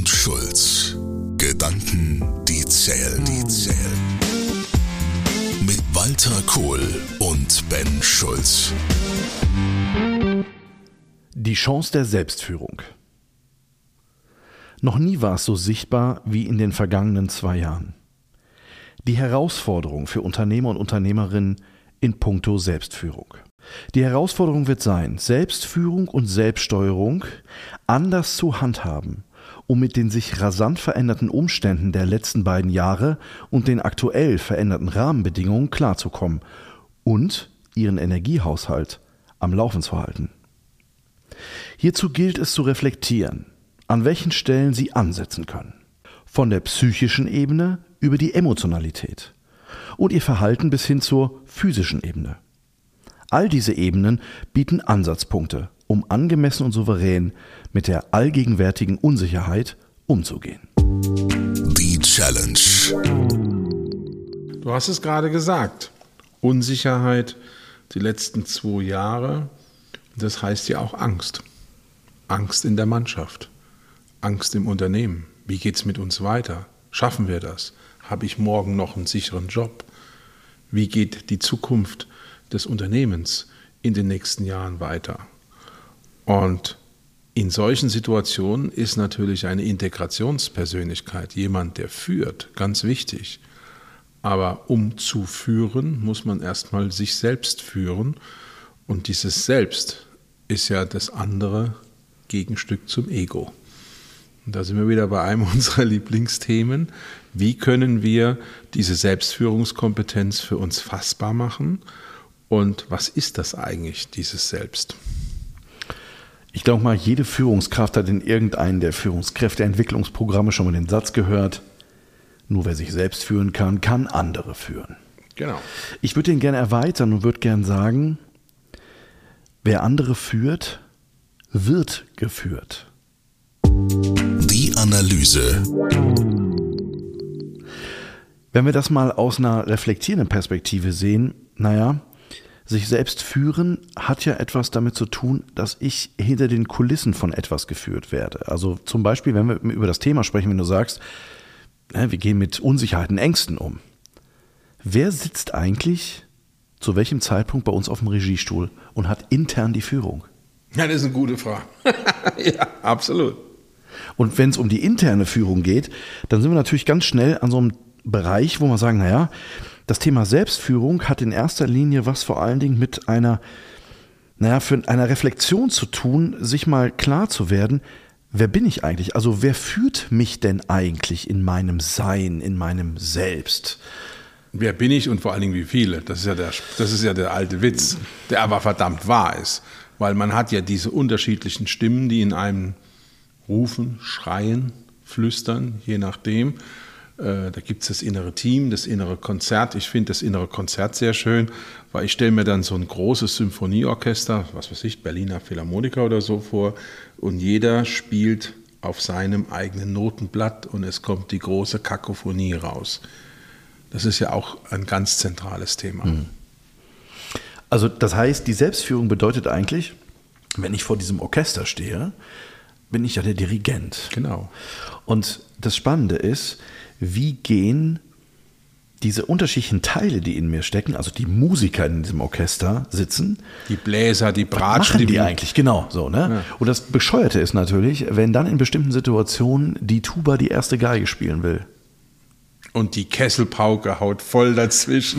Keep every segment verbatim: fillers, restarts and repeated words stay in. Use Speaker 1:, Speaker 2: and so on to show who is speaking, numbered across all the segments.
Speaker 1: und Schulz. Gedanken, die zählen, die zählen. Mit Walter Kohl und Ben Schulz.
Speaker 2: Die Chance der Selbstführung. Noch nie war es so sichtbar wie in den vergangenen zwei Jahren. Die Herausforderung für Unternehmer und Unternehmerinnen in puncto Selbstführung. Die Herausforderung wird sein, Selbstführung und Selbststeuerung anders zu handhaben, um mit den sich rasant veränderten Umständen der letzten beiden Jahre und den aktuell veränderten Rahmenbedingungen klarzukommen und ihren Energiehaushalt am Laufen zu halten. Hierzu gilt es zu reflektieren, an welchen Stellen Sie ansetzen können. Von der psychischen Ebene über die Emotionalität und Ihr Verhalten bis hin zur physischen Ebene. All diese Ebenen bieten Ansatzpunkte, um angemessen und souverän mit der allgegenwärtigen Unsicherheit umzugehen.
Speaker 1: Die Challenge.
Speaker 3: Du hast es gerade gesagt. Unsicherheit die letzten zwei Jahre. Das heißt ja auch Angst. Angst in der Mannschaft. Angst im Unternehmen. Wie geht es mit uns weiter? Schaffen wir das? Habe ich morgen noch einen sicheren Job? Wie geht die Zukunft des Unternehmens in den nächsten Jahren weiter? Und in solchen Situationen ist natürlich eine Integrationspersönlichkeit, jemand, der führt, ganz wichtig. Aber um zu führen, muss man erstmal sich selbst führen. Und dieses Selbst ist ja das andere Gegenstück zum Ego. Und da sind wir wieder bei einem unserer Lieblingsthemen. Wie können wir diese Selbstführungskompetenz für uns fassbar machen? Und was ist das eigentlich, dieses Selbst?
Speaker 2: Ich glaube mal, jede Führungskraft hat in irgendeinem der Führungskräfteentwicklungsprogramme schon mal den Satz gehört, nur wer sich selbst führen kann, kann andere führen.
Speaker 3: Genau.
Speaker 2: Ich würde den gerne erweitern und würde gerne sagen, wer andere führt, wird geführt.
Speaker 1: Die Analyse.
Speaker 2: Wenn wir das mal aus einer reflektierenden Perspektive sehen, naja, sich selbst führen hat ja etwas damit zu tun, dass ich hinter den Kulissen von etwas geführt werde. Also zum Beispiel, wenn wir über das Thema sprechen, wenn du sagst, wir gehen mit Unsicherheiten, Ängsten um. Wer sitzt eigentlich zu welchem Zeitpunkt bei uns auf dem Regiestuhl und hat intern die Führung?
Speaker 3: Ja, das ist eine gute Frage. Ja, absolut.
Speaker 2: Und wenn es um die interne Führung geht, dann sind wir natürlich ganz schnell an so einem Bereich, wo wir sagen, naja, das Thema Selbstführung hat in erster Linie was vor allen Dingen mit einer, naja, für einer Reflexion zu tun, sich mal klar zu werden, wer bin ich eigentlich? Also wer führt mich denn eigentlich in meinem Sein, in meinem Selbst?
Speaker 3: Wer bin ich und vor allen Dingen wie viele? Das ist ja der, das ist ja der alte Witz, der aber verdammt wahr ist. Weil man hat ja diese unterschiedlichen Stimmen, die in einem rufen, schreien, flüstern, je nachdem. Da gibt es das innere Team, das innere Konzert. Ich finde das innere Konzert sehr schön, weil ich stelle mir dann so ein großes Symphonieorchester, was weiß ich, Berliner Philharmoniker oder so vor, und jeder spielt auf seinem eigenen Notenblatt und es kommt die große Kakophonie raus. Das ist ja auch ein ganz zentrales Thema.
Speaker 2: Also das heißt, die Selbstführung bedeutet eigentlich, wenn ich vor diesem Orchester stehe, bin ich ja der Dirigent.
Speaker 3: Genau.
Speaker 2: Und das Spannende ist, wie gehen diese unterschiedlichen Teile, die in mir stecken, also die Musiker in diesem Orchester sitzen.
Speaker 3: Die Bläser, die Bratschen.
Speaker 2: Was machen die,
Speaker 3: die
Speaker 2: eigentlich? Genau, so, ne? Ja. Und das Bescheuerte ist natürlich, wenn dann in bestimmten Situationen die Tuba die erste Geige spielen will.
Speaker 3: Und die Kesselpauke haut voll dazwischen.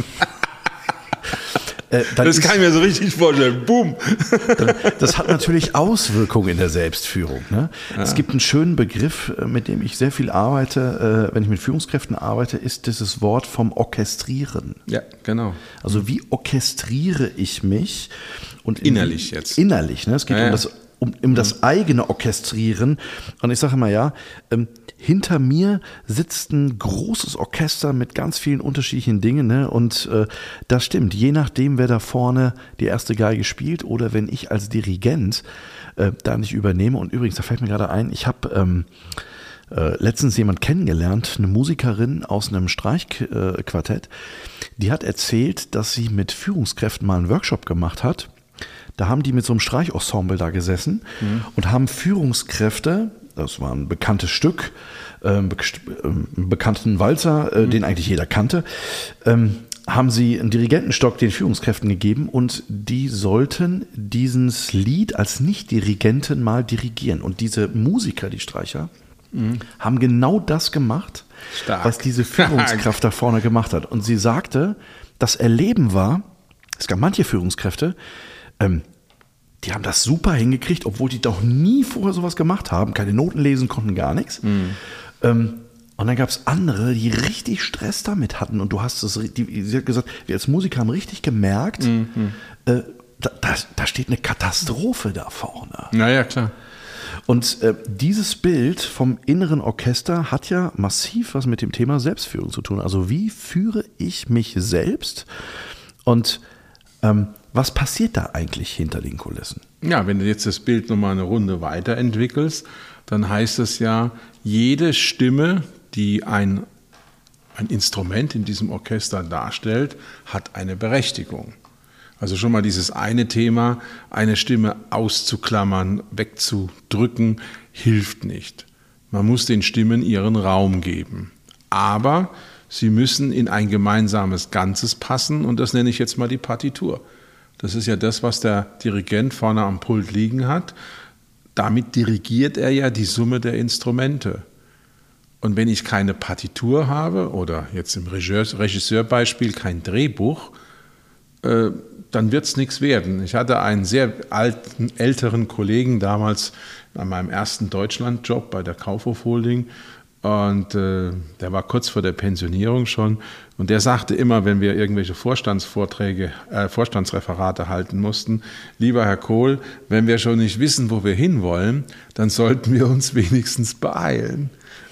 Speaker 2: Äh,
Speaker 3: das kann ich mir so richtig vorstellen. Boom.
Speaker 2: Das hat natürlich Auswirkungen in der Selbstführung. Ne? Ja. Es gibt einen schönen Begriff, mit dem ich sehr viel arbeite, wenn ich mit Führungskräften arbeite, ist dieses Wort vom Orchestrieren.
Speaker 3: Ja, genau.
Speaker 2: Also wie orchestriere ich mich? Und
Speaker 3: innerlich in, jetzt.
Speaker 2: Innerlich. Ne? Es geht ja, um das um, um das eigene Orchestrieren. Und ich sage immer, ja, ähm, hinter mir sitzt ein großes Orchester mit ganz vielen unterschiedlichen Dingen. Ne? Und äh, das stimmt, je nachdem, wer da vorne die erste Geige spielt oder wenn ich als Dirigent äh, da nicht übernehme. Und übrigens, da fällt mir gerade ein, ich habe ähm, äh, letztens jemand kennengelernt, eine Musikerin aus einem Streichquartett, die hat erzählt, dass sie mit Führungskräften mal einen Workshop gemacht hat. Da haben die mit so einem Streicherensemble da gesessen mhm. und haben Führungskräfte das war ein bekanntes Stück, ähm, be- ähm, einen bekannten Walzer, äh, mhm. den eigentlich jeder kannte, ähm, haben sie einen Dirigentenstock den Führungskräften gegeben und die sollten dieses Lied als Nicht-Dirigenten mal dirigieren. Und diese Musiker, die Streicher, mhm. haben genau das gemacht, Stark. was diese Führungskraft da vorne gemacht hat. Und sie sagte, das Erleben war, es gab manche Führungskräfte, ähm, die haben das super hingekriegt, obwohl die doch nie vorher sowas gemacht haben, keine Noten lesen konnten, gar nichts. Mhm. Ähm, Und dann gab es andere, die richtig Stress damit hatten. Und du hast es, die, sie hat gesagt, wir als Musiker haben richtig gemerkt, mhm. äh, da, da, da steht eine Katastrophe da vorne.
Speaker 3: Naja, klar.
Speaker 2: Und äh, dieses Bild vom inneren Orchester hat ja massiv was mit dem Thema Selbstführung zu tun. Also wie führe ich mich selbst? Und ähm, was passiert da eigentlich hinter den Kulissen?
Speaker 3: Ja, wenn du jetzt das Bild nochmal eine Runde weiterentwickelst, dann heißt es ja, jede Stimme, die ein, ein Instrument in diesem Orchester darstellt, hat eine Berechtigung. Also schon mal dieses eine Thema, eine Stimme auszuklammern, wegzudrücken, hilft nicht. Man muss den Stimmen ihren Raum geben. Aber sie müssen in ein gemeinsames Ganzes passen und das nenne ich jetzt mal die Partitur. Das ist ja das, was der Dirigent vorne am Pult liegen hat. Damit dirigiert er ja die Summe der Instrumente. Und wenn ich keine Partitur habe oder jetzt im Regisseurbeispiel kein Drehbuch, äh, dann wird es nichts werden. Ich hatte einen sehr alten, älteren Kollegen damals an meinem ersten Deutschlandjob bei der Kaufhof Holding und äh, der war kurz vor der Pensionierung schon und der sagte immer, wenn wir irgendwelche Vorstandsvorträge, äh, Vorstandsreferate halten mussten, lieber Herr Kohl, wenn wir schon nicht wissen, wo wir hinwollen, dann sollten wir uns wenigstens beeilen.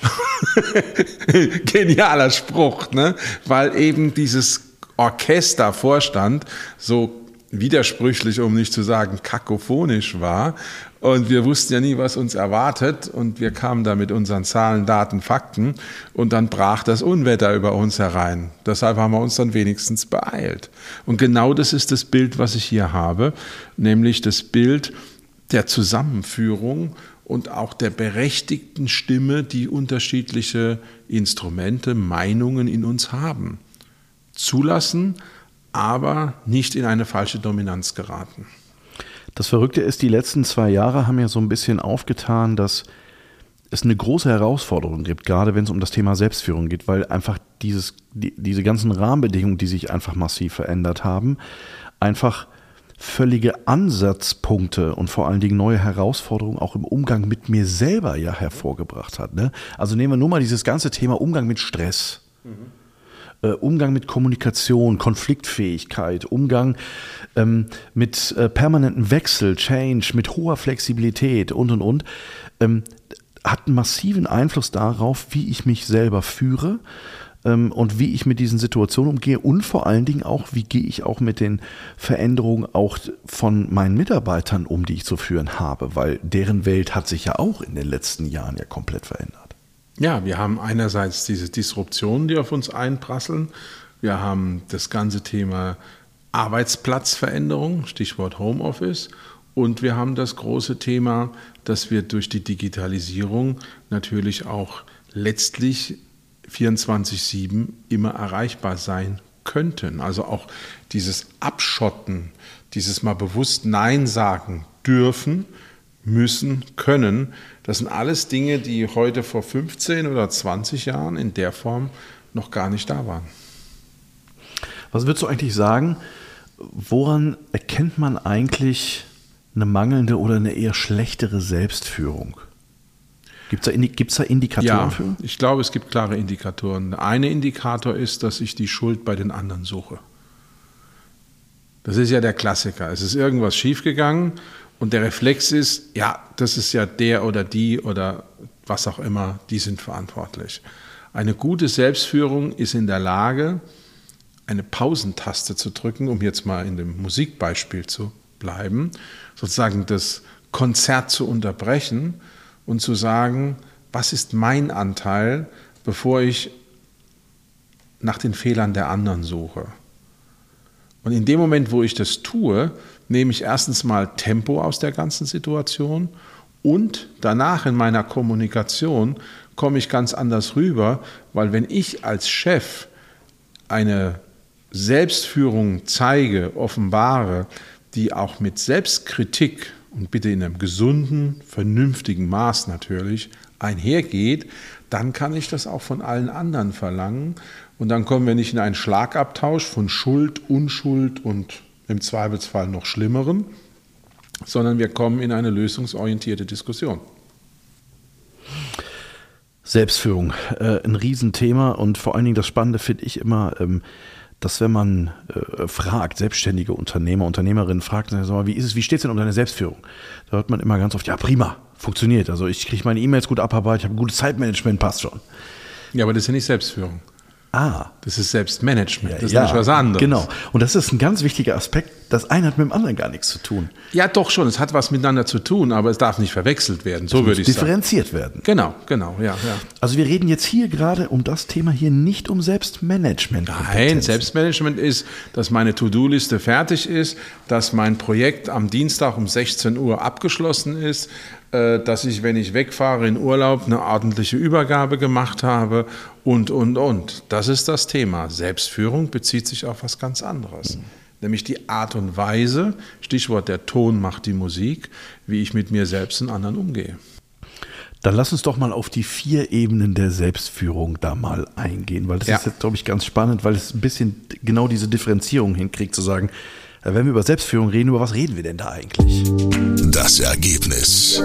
Speaker 3: Genialer Spruch, ne? Weil eben dieses Orchestervorstand so widersprüchlich, um nicht zu sagen kakophonisch war und wir wussten ja nie, was uns erwartet und wir kamen da mit unseren Zahlen, Daten, Fakten und dann brach das Unwetter über uns herein. Deshalb haben wir uns dann wenigstens beeilt. Und genau das ist das Bild, was ich hier habe, nämlich das Bild der Zusammenführung und auch der berechtigten Stimme, die unterschiedliche Instrumente, Meinungen in uns haben. Zulassen, aber nicht in eine falsche Dominanz geraten.
Speaker 2: Das Verrückte ist, die letzten zwei Jahre haben ja so ein bisschen aufgetan, dass es eine große Herausforderung gibt, gerade wenn es um das Thema Selbstführung geht, weil einfach dieses, die, diese ganzen Rahmenbedingungen, die sich einfach massiv verändert haben, einfach völlige Ansatzpunkte und vor allen Dingen neue Herausforderungen auch im Umgang mit mir selber ja hervorgebracht hat. Ne? Also nehmen wir nur mal dieses ganze Thema Umgang mit Stress, mhm. äh, Umgang mit Kommunikation, Konfliktfähigkeit, Umgang ähm, mit äh, permanentem Wechsel, Change, mit hoher Flexibilität und und und, ähm, hat einen massiven Einfluss darauf, wie ich mich selber führe, und wie ich mit diesen Situationen umgehe und vor allen Dingen auch, wie gehe ich auch mit den Veränderungen auch von meinen Mitarbeitern um, die ich zu führen habe, weil deren Welt hat sich ja auch in den letzten Jahren ja komplett verändert.
Speaker 3: Ja, wir haben einerseits diese Disruptionen, die auf uns einprasseln. Wir haben das ganze Thema Arbeitsplatzveränderung, Stichwort Homeoffice. Und wir haben das große Thema, dass wir durch die Digitalisierung natürlich auch letztlich vierundzwanzig sieben immer erreichbar sein könnten. Also auch dieses Abschotten, dieses mal bewusst Nein sagen dürfen, müssen, können, das sind alles Dinge, die heute vor fünfzehn oder zwanzig Jahren in der Form noch gar nicht da waren.
Speaker 2: Was würdest du eigentlich sagen, woran erkennt man eigentlich eine mangelnde oder eine eher schlechtere Selbstführung? Gibt es da, gibt's da Indikatoren
Speaker 3: ja,
Speaker 2: für?
Speaker 3: Ich glaube, es gibt klare Indikatoren. Der eine Indikator ist, dass ich die Schuld bei den anderen suche. Das ist ja der Klassiker. Es ist irgendwas schiefgegangen und der Reflex ist, ja, das ist ja der oder die oder was auch immer, die sind verantwortlich. Eine gute Selbstführung ist in der Lage, eine Pausentaste zu drücken, um jetzt mal in dem Musikbeispiel zu bleiben, sozusagen das Konzert zu unterbrechen und zu sagen, was ist mein Anteil, bevor ich nach den Fehlern der anderen suche. Und in dem Moment, wo ich das tue, nehme ich erstens mal Tempo aus der ganzen Situation Und danach in meiner Kommunikation komme ich ganz anders rüber, weil wenn ich als Chef eine Selbstführung zeige, offenbare, die auch mit Selbstkritik und bitte in einem gesunden, vernünftigen Maß natürlich einhergeht, dann kann ich das auch von allen anderen verlangen. Und dann kommen wir nicht in einen Schlagabtausch von Schuld, Unschuld und im Zweifelsfall noch Schlimmerem, sondern wir kommen in eine lösungsorientierte Diskussion.
Speaker 2: Selbstführung, äh, ein Riesenthema und vor allen Dingen das Spannende finde ich immer, ähm, dass wenn man äh, fragt, selbstständige Unternehmer, Unternehmerinnen fragt, sag mal, wie ist es, wie steht es denn um deine Selbstführung? Da hört man immer ganz oft, ja prima, funktioniert. Also ich kriege meine E-Mails gut abarbeitet, ich habe ein gutes Zeitmanagement, passt schon.
Speaker 3: Ja, aber das ist ja nicht Selbstführung.
Speaker 2: Ah.
Speaker 3: Das ist Selbstmanagement, das ist
Speaker 2: ja,
Speaker 3: nämlich was anderes.
Speaker 2: Genau. Und das ist ein ganz wichtiger Aspekt. Das eine hat mit dem anderen gar nichts zu tun.
Speaker 3: Ja, doch schon. Es hat was miteinander zu tun, aber es darf nicht verwechselt werden. So würde ich sagen.
Speaker 2: Differenziert werden.
Speaker 3: Genau, genau, ja, ja.
Speaker 2: Also wir reden jetzt hier gerade um das Thema hier nicht um Selbstmanagement.
Speaker 3: Nein, Selbstmanagement ist, dass meine To-Do-Liste fertig ist, dass mein Projekt am Dienstag um sechzehn Uhr abgeschlossen ist, dass ich, wenn ich wegfahre in Urlaub, eine ordentliche Übergabe gemacht habe und, und, und. Das ist das Thema. Selbstführung bezieht sich auf was ganz anderes. Mhm. Nämlich die Art und Weise, Stichwort der Ton macht die Musik, wie ich mit mir selbst und anderen umgehe.
Speaker 2: Dann lass uns doch mal auf die vier Ebenen der Selbstführung da mal eingehen, weil das ja. ist jetzt, glaube ich, ganz spannend, weil es ein bisschen genau diese Differenzierung hinkriegt, zu sagen, wenn wir über Selbstführung reden, über was reden wir denn da eigentlich?
Speaker 1: Das Ergebnis.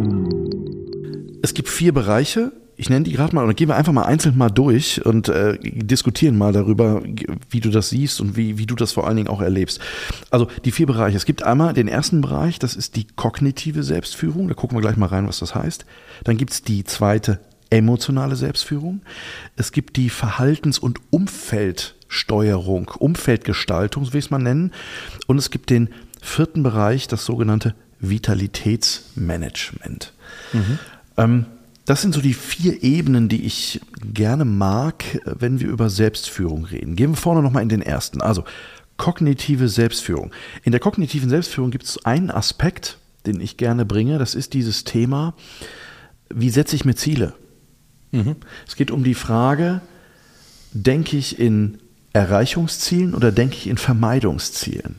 Speaker 2: Es gibt vier Bereiche. Ich nenne die gerade mal, oder gehen wir einfach mal einzeln mal durch und äh, diskutieren mal darüber, wie du das siehst und wie, wie du das vor allen Dingen auch erlebst. Also die vier Bereiche. Es gibt einmal den ersten Bereich, das ist die kognitive Selbstführung. Da gucken wir gleich mal rein, was das heißt. Dann gibt es die zweite emotionale Selbstführung. Es gibt die Verhaltens- und Umfeldsteuerung, Umfeldgestaltung, so will ich es mal nennen. Und es gibt den vierten Bereich, das sogenannte Vitalitätsmanagement. Mhm. Ähm, Das sind so die vier Ebenen, die ich gerne mag, wenn wir über Selbstführung reden. Gehen wir vorne nochmal in den ersten. Also kognitive Selbstführung. In der kognitiven Selbstführung gibt es einen Aspekt, den ich gerne bringe. Das ist dieses Thema, wie setze ich mir Ziele? Mhm. Es geht um die Frage, denke ich in Erreichungszielen oder denke ich in Vermeidungszielen?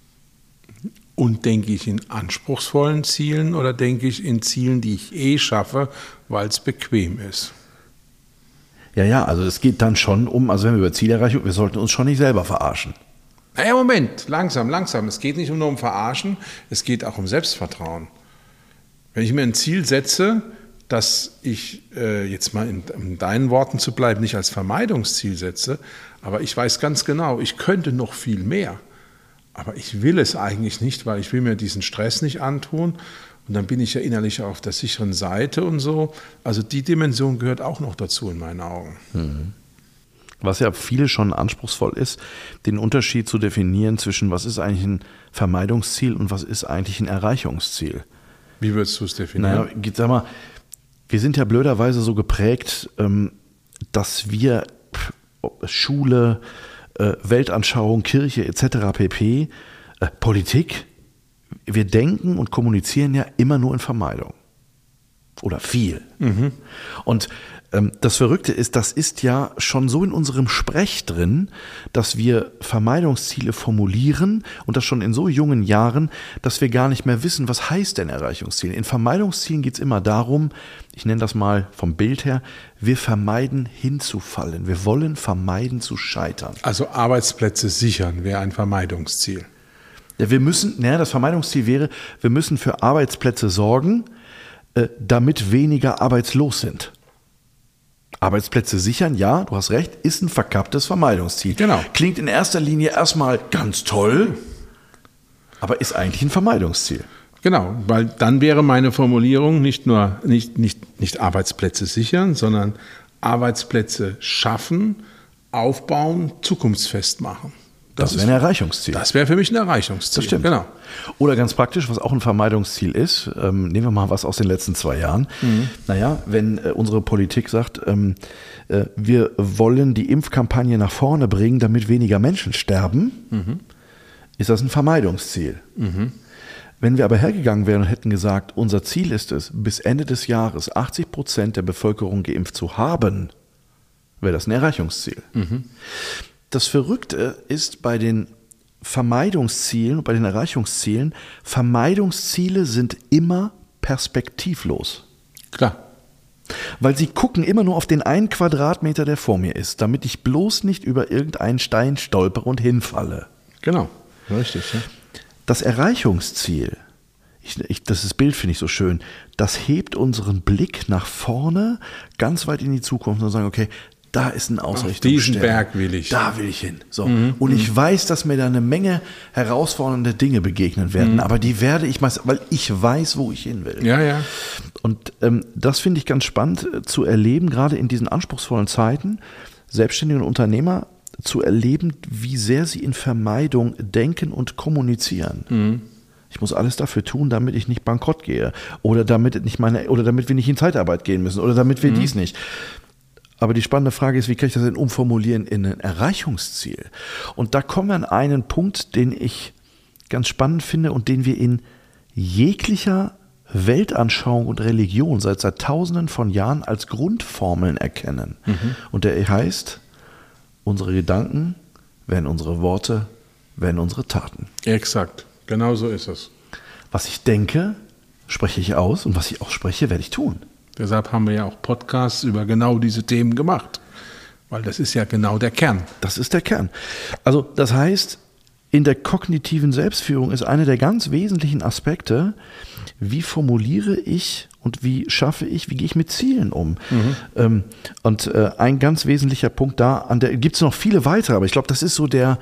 Speaker 3: Und denke ich in anspruchsvollen Zielen oder denke ich in Zielen, die ich eh schaffe, weil es bequem ist?
Speaker 2: Ja, ja, also es geht dann schon um, also wenn wir über Zielerreichung, wir sollten uns schon nicht selber verarschen.
Speaker 3: Naja, Moment, langsam, langsam. Es geht nicht nur um Verarschen, es geht auch um Selbstvertrauen. Wenn ich mir ein Ziel setze, dass ich, äh, jetzt mal in, in deinen Worten zu bleiben, nicht als Vermeidungsziel setze, aber ich weiß ganz genau, ich könnte noch viel mehr. Aber ich will es eigentlich nicht, weil ich will mir diesen Stress nicht antun. Und dann bin ich ja innerlich auf der sicheren Seite und so. Also die Dimension gehört auch noch dazu in meinen Augen.
Speaker 2: Mhm. Was ja viele schon anspruchsvoll ist, den Unterschied zu definieren zwischen was ist eigentlich ein Vermeidungsziel und was ist eigentlich ein Erreichungsziel.
Speaker 3: Wie würdest du es definieren?
Speaker 2: Naja, sag mal, wir sind ja blöderweise so geprägt, dass wir Schule, Weltanschauung, Kirche et cetera pp., äh, Politik, wir denken und kommunizieren ja immer nur in Vermeidung. Oder viel. Mhm. Und ähm, das Verrückte ist, das ist ja schon so in unserem Sprech drin, dass wir Vermeidungsziele formulieren und das schon in so jungen Jahren, dass wir gar nicht mehr wissen, was heißt denn Erreichungsziel. In Vermeidungszielen geht es immer darum, ich nenne das mal vom Bild her, wir vermeiden hinzufallen. Wir wollen vermeiden zu scheitern.
Speaker 3: Also Arbeitsplätze sichern wäre ein Vermeidungsziel.
Speaker 2: Ja, wir müssen, naja, das Vermeidungsziel wäre, wir müssen für Arbeitsplätze sorgen, äh, damit weniger arbeitslos sind. Arbeitsplätze sichern, ja, du hast recht, ist ein verkapptes Vermeidungsziel.
Speaker 3: Genau.
Speaker 2: Klingt in erster Linie erstmal ganz toll, aber ist eigentlich ein Vermeidungsziel.
Speaker 3: Genau, weil dann wäre meine Formulierung nicht nur nicht, nicht, nicht Arbeitsplätze sichern, sondern Arbeitsplätze schaffen, aufbauen, zukunftsfest machen.
Speaker 2: Das, das wäre ein Erreichungsziel.
Speaker 3: Das wäre für mich ein Erreichungsziel.
Speaker 2: Das stimmt.
Speaker 3: Genau.
Speaker 2: Oder ganz praktisch, was auch ein Vermeidungsziel ist, ähm, nehmen wir mal was aus den letzten zwei Jahren. Mhm. Naja, wenn äh, unsere Politik sagt, ähm, äh, wir wollen die Impfkampagne nach vorne bringen, damit weniger Menschen sterben, mhm. ist das ein Vermeidungsziel. Mhm. Wenn wir aber hergegangen wären und hätten gesagt, unser Ziel ist es, bis Ende des Jahres achtzig Prozent der Bevölkerung geimpft zu haben, wäre das ein Erreichungsziel. Mhm. Das Verrückte ist bei den Vermeidungszielen und bei den Erreichungszielen, Vermeidungsziele sind immer perspektivlos.
Speaker 3: Klar.
Speaker 2: Weil sie gucken immer nur auf den einen Quadratmeter, der vor mir ist, damit ich bloß nicht über irgendeinen Stein stolpere und hinfalle.
Speaker 3: Genau, richtig. Ja.
Speaker 2: Das Erreichungsziel, ich, ich, das ist Bild finde ich so schön, das hebt unseren Blick nach vorne, ganz weit in die Zukunft und sagen, okay, da ist ein Ausrichtungsstern.
Speaker 3: Auf diesen Berg will ich.
Speaker 2: Da will ich hin. So. Mhm. Und ich weiß, dass mir da eine Menge herausfordernde Dinge begegnen werden, mhm. aber die werde ich meist, weil ich weiß, wo ich hin will.
Speaker 3: Ja, ja.
Speaker 2: Und ähm, das finde ich ganz spannend äh, zu erleben, gerade in diesen anspruchsvollen Zeiten, Selbstständige und Unternehmer zu erleben, wie sehr sie in Vermeidung denken und kommunizieren. Mhm. Ich muss alles dafür tun, damit ich nicht bankrott gehe oder damit nicht meine oder damit wir nicht in Zeitarbeit gehen müssen oder damit wir mhm. dies nicht. Aber die spannende Frage ist, wie kann ich das denn umformulieren in ein Erreichungsziel? Und da kommen wir an einen Punkt, den ich ganz spannend finde und den wir in jeglicher Weltanschauung und Religion seit, seit Tausenden von Jahren als Grundformeln erkennen. Mhm. Und der heißt, unsere Gedanken werden unsere Worte, werden unsere Taten.
Speaker 3: Exakt, genau so ist es.
Speaker 2: Was ich denke, spreche ich aus und was ich ausspreche, werde ich tun.
Speaker 3: Deshalb haben wir ja auch Podcasts über genau diese Themen gemacht, weil das ist ja genau der Kern.
Speaker 2: Das ist der Kern. Also das heißt, in der kognitiven Selbstführung ist einer der ganz wesentlichen Aspekte, wie formuliere ich und wie schaffe ich, wie gehe ich mit Zielen um. Mhm. Ähm, und äh, ein ganz wesentlicher Punkt da, an der gibt es noch viele weitere, aber ich glaube, das ist so der,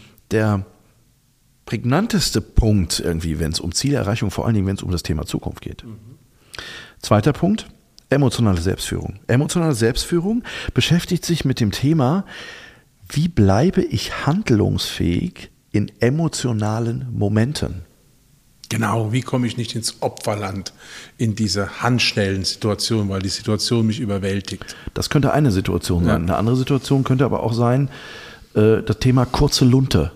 Speaker 2: der prägnanteste Punkt irgendwie, wenn es um Zielerreichung, vor allen Dingen, wenn es um das Thema Zukunft geht. Mhm. Zweiter Punkt. Emotionale Selbstführung. Emotionale Selbstführung beschäftigt sich mit dem Thema, wie bleibe ich handlungsfähig in emotionalen Momenten?
Speaker 3: Genau, wie komme ich nicht ins Opferland, in diese handschnellen Situationen, weil die Situation mich überwältigt.
Speaker 2: Das könnte eine Situation sein.
Speaker 3: Ja.
Speaker 2: Eine andere Situation könnte aber auch sein, äh, das Thema kurze Lunte.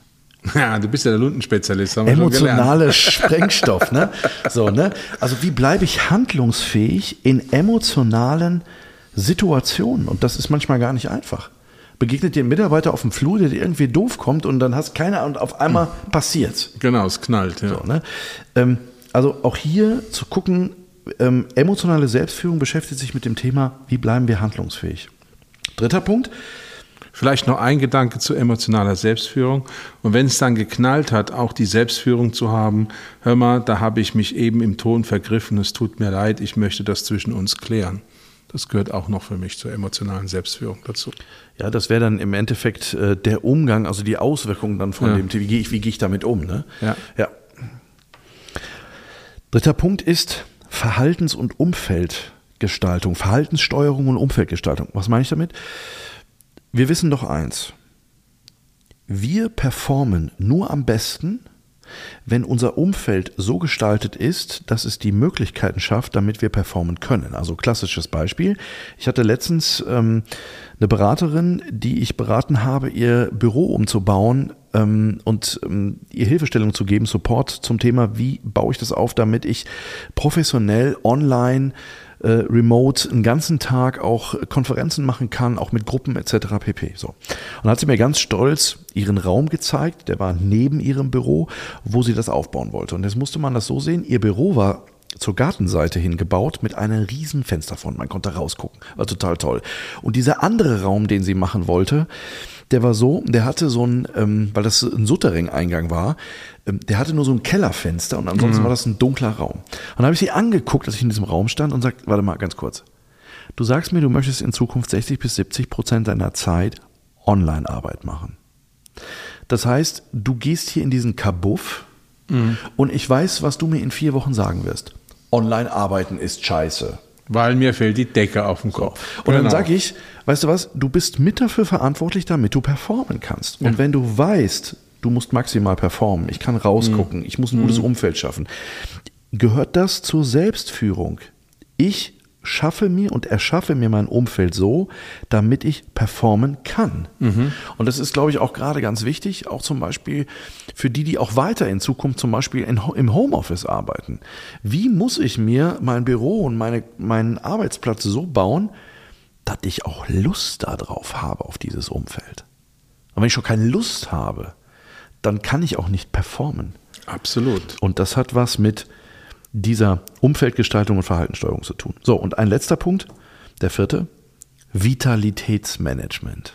Speaker 3: Ja, du bist ja der Luntenspezialist. Haben wir
Speaker 2: Emotionale Sprengstoff, ne? So, ne? Also wie bleibe ich handlungsfähig in emotionalen Situationen? Und das ist manchmal gar nicht einfach. Begegnet dir ein Mitarbeiter auf dem Flur, der dir irgendwie doof kommt und dann hast keine und auf einmal hm. passiert.
Speaker 3: Genau, es knallt. Ja.
Speaker 2: So, ne? ähm, also auch hier zu gucken, ähm, emotionale Selbstführung beschäftigt sich mit dem Thema, wie bleiben wir handlungsfähig? Dritter Punkt.
Speaker 3: Vielleicht noch ein Gedanke zu emotionaler Selbstführung. Und wenn es dann geknallt hat, auch die Selbstführung zu haben, hör mal, da habe ich mich eben im Ton vergriffen, es tut mir leid, ich möchte das zwischen uns klären. Das gehört auch noch für mich zur emotionalen Selbstführung dazu.
Speaker 2: Ja, das wäre dann im Endeffekt äh, der Umgang, also die Auswirkungen dann von
Speaker 3: ja.
Speaker 2: dem, wie gehe ich, wie gehe ich damit um, ne?
Speaker 3: Ja.
Speaker 2: Ja. Dritter Punkt ist Verhaltens- und Umfeldgestaltung, Verhaltenssteuerung und Umfeldgestaltung. Was meine ich damit? Wir wissen doch eins, wir performen nur am besten, wenn unser Umfeld so gestaltet ist, dass es die Möglichkeiten schafft, damit wir performen können. Also klassisches Beispiel, ich hatte letztens ähm, eine Beraterin, die ich beraten habe, ihr Büro umzubauen ähm, und ähm, ihr Hilfestellung zu geben, Support zum Thema, wie baue ich das auf, damit ich professionell online Äh, remote einen ganzen Tag auch Konferenzen machen kann, auch mit Gruppen et cetera pp. So. Und dann hat sie mir ganz stolz ihren Raum gezeigt, der war neben ihrem Büro, wo sie das aufbauen wollte. Und jetzt musste man das so sehen, ihr Büro war zur Gartenseite hin gebaut mit einer riesen Fensterfront. Man konnte rausgucken, war total toll. Und dieser andere Raum, den sie machen wollte, der war so, der hatte so ein, ähm, weil das ein Souterrain-Eingang war, ähm, der hatte nur so ein Kellerfenster und ansonsten mhm. war das ein dunkler Raum. Und dann habe ich sie angeguckt, als ich in diesem Raum stand und sagte, warte mal ganz kurz, du sagst mir, du möchtest in Zukunft sechzig bis siebzig Prozent deiner Zeit Online-Arbeit machen. Das heißt, du gehst hier in diesen Kabuff mhm. und ich weiß, was du mir in vier Wochen sagen wirst. Online-Arbeiten ist scheiße.
Speaker 3: Weil mir fällt die Decke auf den Kopf.
Speaker 2: Und genau. Dann sage ich, weißt du was, du bist mit dafür verantwortlich, damit du performen kannst. Und ja. wenn du weißt, du musst maximal performen, ich kann rausgucken, mhm. ich muss ein gutes mhm. Umfeld schaffen, gehört das zur Selbstführung. Ich schaffe mir und erschaffe mir mein Umfeld so, damit ich performen kann. Mhm. Und das ist, glaube ich, auch gerade ganz wichtig, auch zum Beispiel für die, die auch weiter in Zukunft zum Beispiel in, im Homeoffice arbeiten. Wie muss ich mir mein Büro und meine, meinen Arbeitsplatz so bauen, dass ich auch Lust darauf habe, auf dieses Umfeld? Und wenn ich schon keine Lust habe, dann kann ich auch nicht performen.
Speaker 3: Absolut.
Speaker 2: Und das hat was mit dieser Umfeldgestaltung und Verhaltenssteuerung zu tun. So, und ein letzter Punkt, der vierte, Vitalitätsmanagement.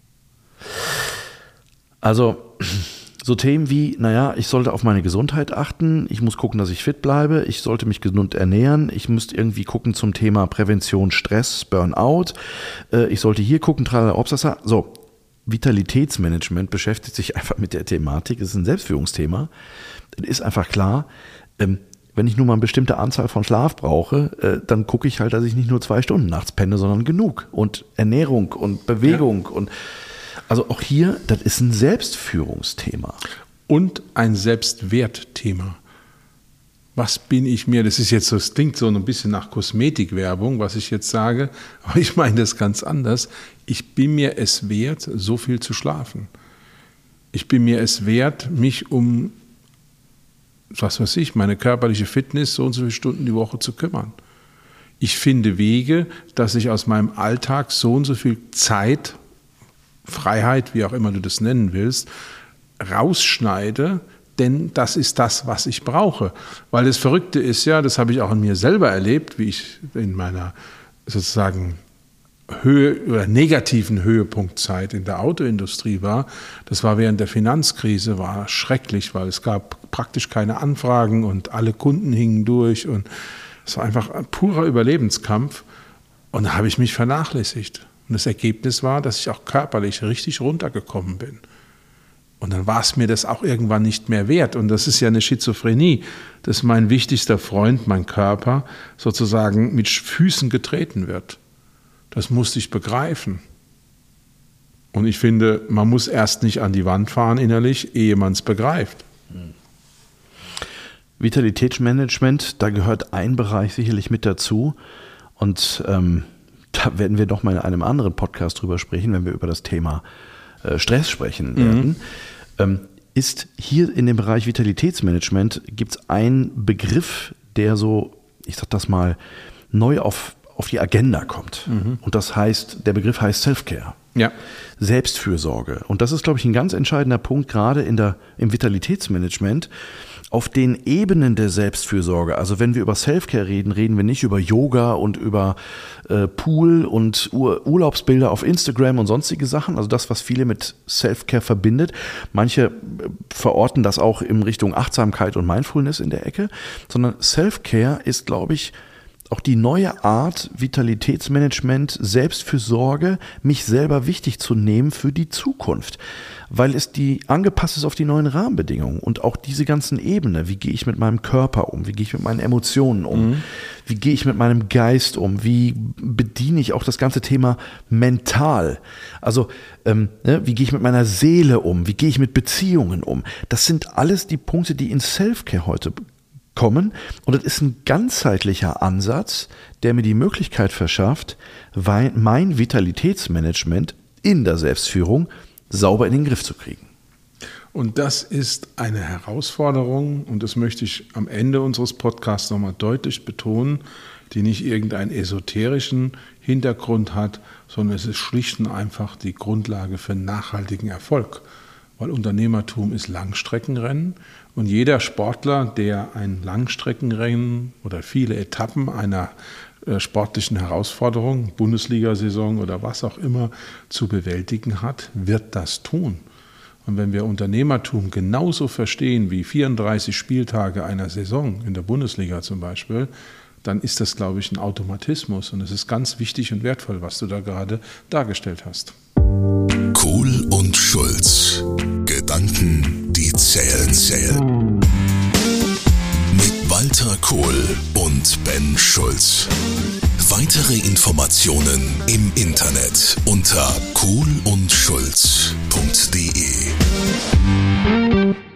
Speaker 2: Also so Themen wie, naja, ich sollte auf meine Gesundheit achten, ich muss gucken, dass ich fit bleibe, ich sollte mich gesund ernähren, ich müsste irgendwie gucken zum Thema Prävention, Stress, Burnout, ich sollte hier gucken, tralala, obsasa. So, Vitalitätsmanagement beschäftigt sich einfach mit der Thematik, es ist ein Selbstführungsthema. Es ist einfach klar, wenn ich nur mal eine bestimmte Anzahl von Schlaf brauche, äh, dann gucke ich halt, dass ich nicht nur zwei Stunden nachts penne, sondern genug. Und Ernährung und Bewegung. Ja. Und also auch hier, das ist ein Selbstführungsthema.
Speaker 3: Und ein Selbstwertthema. Was bin ich mir, das ist jetzt so, es klingt so ein bisschen nach Kosmetikwerbung, was ich jetzt sage, aber ich meine das ganz anders. Ich bin mir es wert, so viel zu schlafen. Ich bin mir es wert, mich um was weiß ich, meine körperliche Fitness so und so viele Stunden die Woche zu kümmern. Ich finde Wege, dass ich aus meinem Alltag so und so viel Zeit, Freiheit, wie auch immer du das nennen willst, rausschneide, denn das ist das, was ich brauche. Weil das Verrückte ist ja, das habe ich auch an mir selber erlebt, wie ich in meiner sozusagen Höhe oder negativen Höhepunktzeit in der Autoindustrie war. Das war während der Finanzkrise, war schrecklich, weil es gab praktisch keine Anfragen und alle Kunden hingen durch und es war einfach ein purer Überlebenskampf und da habe ich mich vernachlässigt. Und das Ergebnis war, dass ich auch körperlich richtig runtergekommen bin. Und dann war es mir das auch irgendwann nicht mehr wert. Und das ist ja eine Schizophrenie, dass mein wichtigster Freund, mein Körper, sozusagen mit Füßen getreten wird. Das musste ich begreifen. Und ich finde, man muss erst nicht an die Wand fahren innerlich, ehe man es begreift.
Speaker 2: Vitalitätsmanagement, da gehört ein Bereich sicherlich mit dazu. Und ähm, da werden wir doch mal in einem anderen Podcast drüber sprechen, wenn wir über das Thema äh, Stress sprechen werden. Mhm. Ähm, ist hier in dem Bereich Vitalitätsmanagement, gibt es einen Begriff, der so, ich sag das mal, neu auf auf die Agenda kommt. Mhm. Und das heißt, der Begriff heißt Self-Care.
Speaker 3: Ja.
Speaker 2: Selbstfürsorge. Und das ist, glaube ich, ein ganz entscheidender Punkt, gerade in der, im Vitalitätsmanagement. Auf den Ebenen der Selbstfürsorge, also wenn wir über Self-Care reden, reden wir nicht über Yoga und über äh, Pool und Ur- Urlaubsbilder auf Instagram und sonstige Sachen, also das, was viele mit Self-Care verbindet. Manche verorten das auch in Richtung Achtsamkeit und Mindfulness in der Ecke, sondern Self-Care ist, glaube ich, auch die neue Art Vitalitätsmanagement, Selbstfürsorge, mich selber wichtig zu nehmen für die Zukunft, weil es die angepasst ist auf die neuen Rahmenbedingungen und auch diese ganzen Ebenen. Wie gehe ich mit meinem Körper um? Wie gehe ich mit meinen Emotionen um? Mhm. Wie gehe ich mit meinem Geist um? Wie bediene ich auch das ganze Thema mental? Also ähm, ne, wie gehe ich mit meiner Seele um? Wie gehe ich mit Beziehungen um? Das sind alles die Punkte, die in Self-Care heute kommen. Und das ist ein ganzheitlicher Ansatz, der mir die Möglichkeit verschafft, mein Vitalitätsmanagement in der Selbstführung sauber in den Griff zu kriegen.
Speaker 3: Und das ist eine Herausforderung, und das möchte ich am Ende unseres Podcasts nochmal deutlich betonen, die nicht irgendeinen esoterischen Hintergrund hat, sondern es ist schlicht und einfach die Grundlage für nachhaltigen Erfolg. Weil Unternehmertum ist Langstreckenrennen und jeder Sportler, der ein Langstreckenrennen oder viele Etappen einer äh, sportlichen Herausforderung, Bundesliga-Saison oder was auch immer, zu bewältigen hat, wird das tun. Und wenn wir Unternehmertum genauso verstehen wie vierunddreißig Spieltage einer Saison in der Bundesliga zum Beispiel, dann ist das, glaube ich, ein Automatismus. Und es ist ganz wichtig und wertvoll, was du da gerade dargestellt hast.
Speaker 1: Kohl und Schulz. Gedanken, die zählen, zählen. Mit Walter Kohl und Ben Schulz. Weitere Informationen im Internet unter kohl und schulz punkt de.